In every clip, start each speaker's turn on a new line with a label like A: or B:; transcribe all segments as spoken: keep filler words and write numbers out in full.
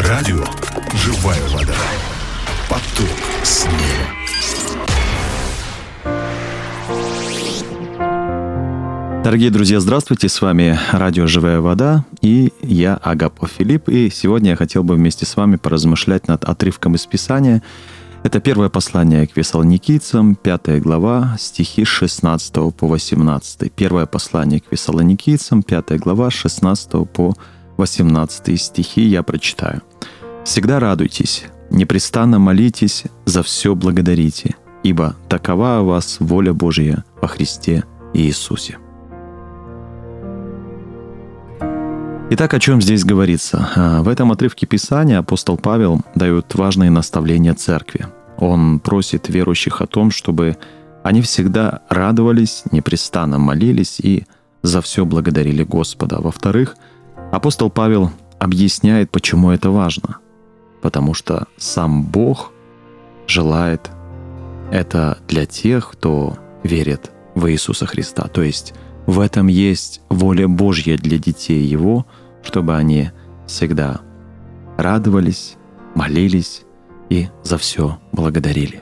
A: Радио «Живая вода». Поток снега.
B: Дорогие друзья, здравствуйте! С вами радио «Живая вода» и я, Агапов Филипп. И сегодня я хотел бы вместе с вами поразмышлять над отрывком из Писания. Это первое послание к Фессалоникийцам, пятая глава, стихи с шестнадцатого по восемнадцатый. Первое послание к Фессалоникийцам, пятая глава, с шестнадцатого по восемнадцатый стихи я прочитаю. «Всегда радуйтесь, непрестанно молитесь, за все благодарите, ибо такова у вас воля Божия во Христе Иисусе». Итак, о чем здесь говорится? В этом отрывке Писания апостол Павел дает важные наставления церкви. Он просит верующих о том, чтобы они всегда радовались, непрестанно молились и за все благодарили Господа. Во-вторых, апостол Павел объясняет, почему это важно. Потому что сам Бог желает это для тех, кто верит в Иисуса Христа. То есть в этом есть воля Божья для детей Его, чтобы они всегда радовались, молились и за все благодарили.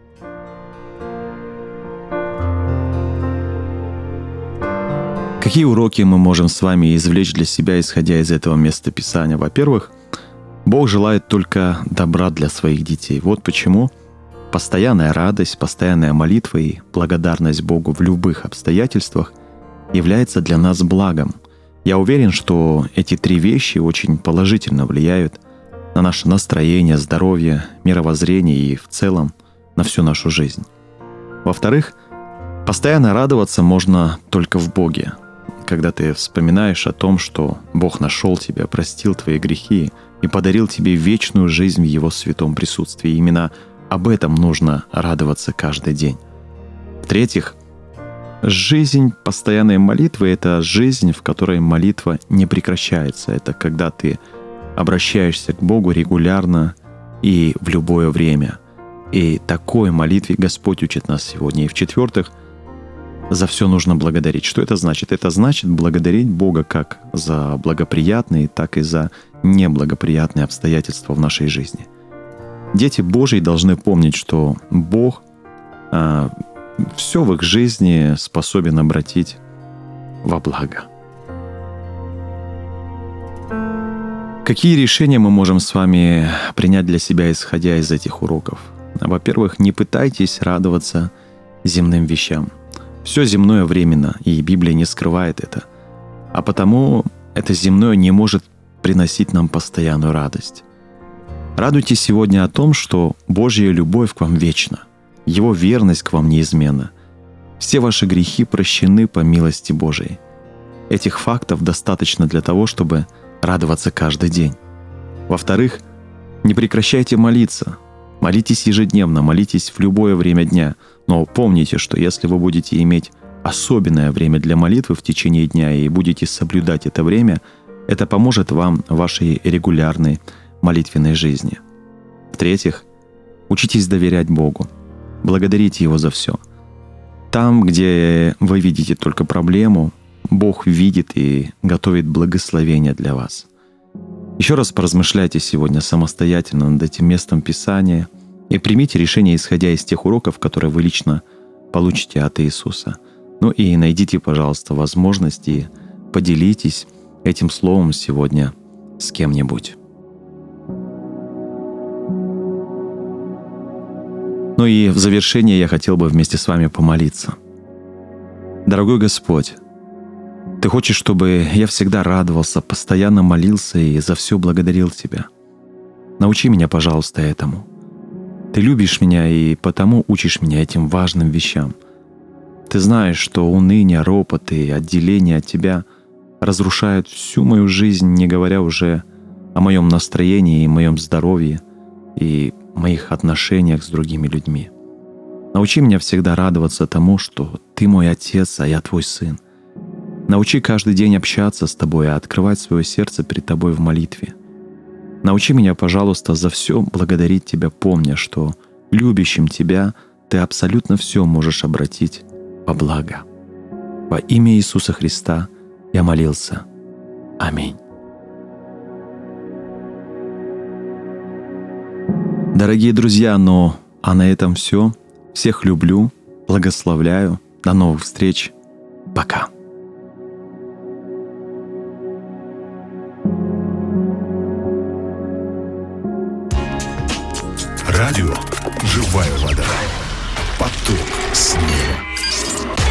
B: Какие уроки мы можем с вами извлечь для себя, исходя из этого места Писания? Во-первых, Бог желает только добра для своих детей. Вот почему постоянная радость, постоянная молитва и благодарность Богу в любых обстоятельствах является для нас благом. Я уверен, что эти три вещи очень положительно влияют на наше настроение, здоровье, мировоззрение и в целом на всю нашу жизнь. Во-вторых, постоянно радоваться можно только в Боге. Когда ты вспоминаешь о том, что Бог нашел тебя, простил твои грехи и подарил тебе вечную жизнь в Его святом присутствии. Именно об этом нужно радоваться каждый день. В-третьих, жизнь постоянной молитвы — это жизнь, в которой молитва не прекращается. Это когда ты обращаешься к Богу регулярно и в любое время. И такой молитве Господь учит нас сегодня. И в-четвертых, за все нужно благодарить. Что это значит? Это значит благодарить Бога как за благоприятные, так и за неблагоприятные обстоятельства в нашей жизни. Дети Божьи должны помнить, что Бог а, все в их жизни способен обратить во благо. Какие решения мы можем с вами принять для себя, исходя из этих уроков? Во-первых, не пытайтесь радоваться земным вещам. Все земное временно, и Библия не скрывает это. А потому это земное не может приносить нам постоянную радость. Радуйтесь сегодня о том, что Божья любовь к вам вечна, Его верность к вам неизменна. Все ваши грехи прощены по милости Божией. Этих фактов достаточно для того, чтобы радоваться каждый день. Во-вторых, не прекращайте молиться. Молитесь ежедневно, молитесь в любое время дня. Но помните, что если вы будете иметь особенное время для молитвы в течение дня и будете соблюдать это время, это поможет вам в вашей регулярной молитвенной жизни. В-третьих, учитесь доверять Богу. Благодарите Его за все. Там, где вы видите только проблему, Бог видит и готовит благословение для вас. Еще раз поразмышляйте сегодня самостоятельно над этим местом Писания и примите решение, исходя из тех уроков, которые вы лично получите от Иисуса. Ну и найдите, пожалуйста, возможность и поделитесь этим словом сегодня с кем-нибудь. Ну и в завершение я хотел бы вместе с вами помолиться. Дорогой Господь, Ты хочешь, чтобы я всегда радовался, постоянно молился и за все благодарил Тебя. Научи меня, пожалуйста, этому. Ты любишь меня и потому учишь меня этим важным вещам. Ты знаешь, что уныние, ропот и отделение от Тебя разрушают всю мою жизнь, не говоря уже о моем настроении и моем здоровье и моих отношениях с другими людьми. Научи меня всегда радоваться тому, что Ты мой Отец, а я Твой Сын. Научи каждый день общаться с Тобой и открывать свое сердце перед Тобой в молитве. Научи меня, пожалуйста, за все благодарить Тебя, помня, что любящим Тебя Ты абсолютно все можешь обратить во благо. Во имя Иисуса Христа я молился. Аминь. Дорогие друзья, ну а на этом все. Всех люблю, благословляю. До новых встреч. Пока.
A: Радио «Живая вода». Поток снега.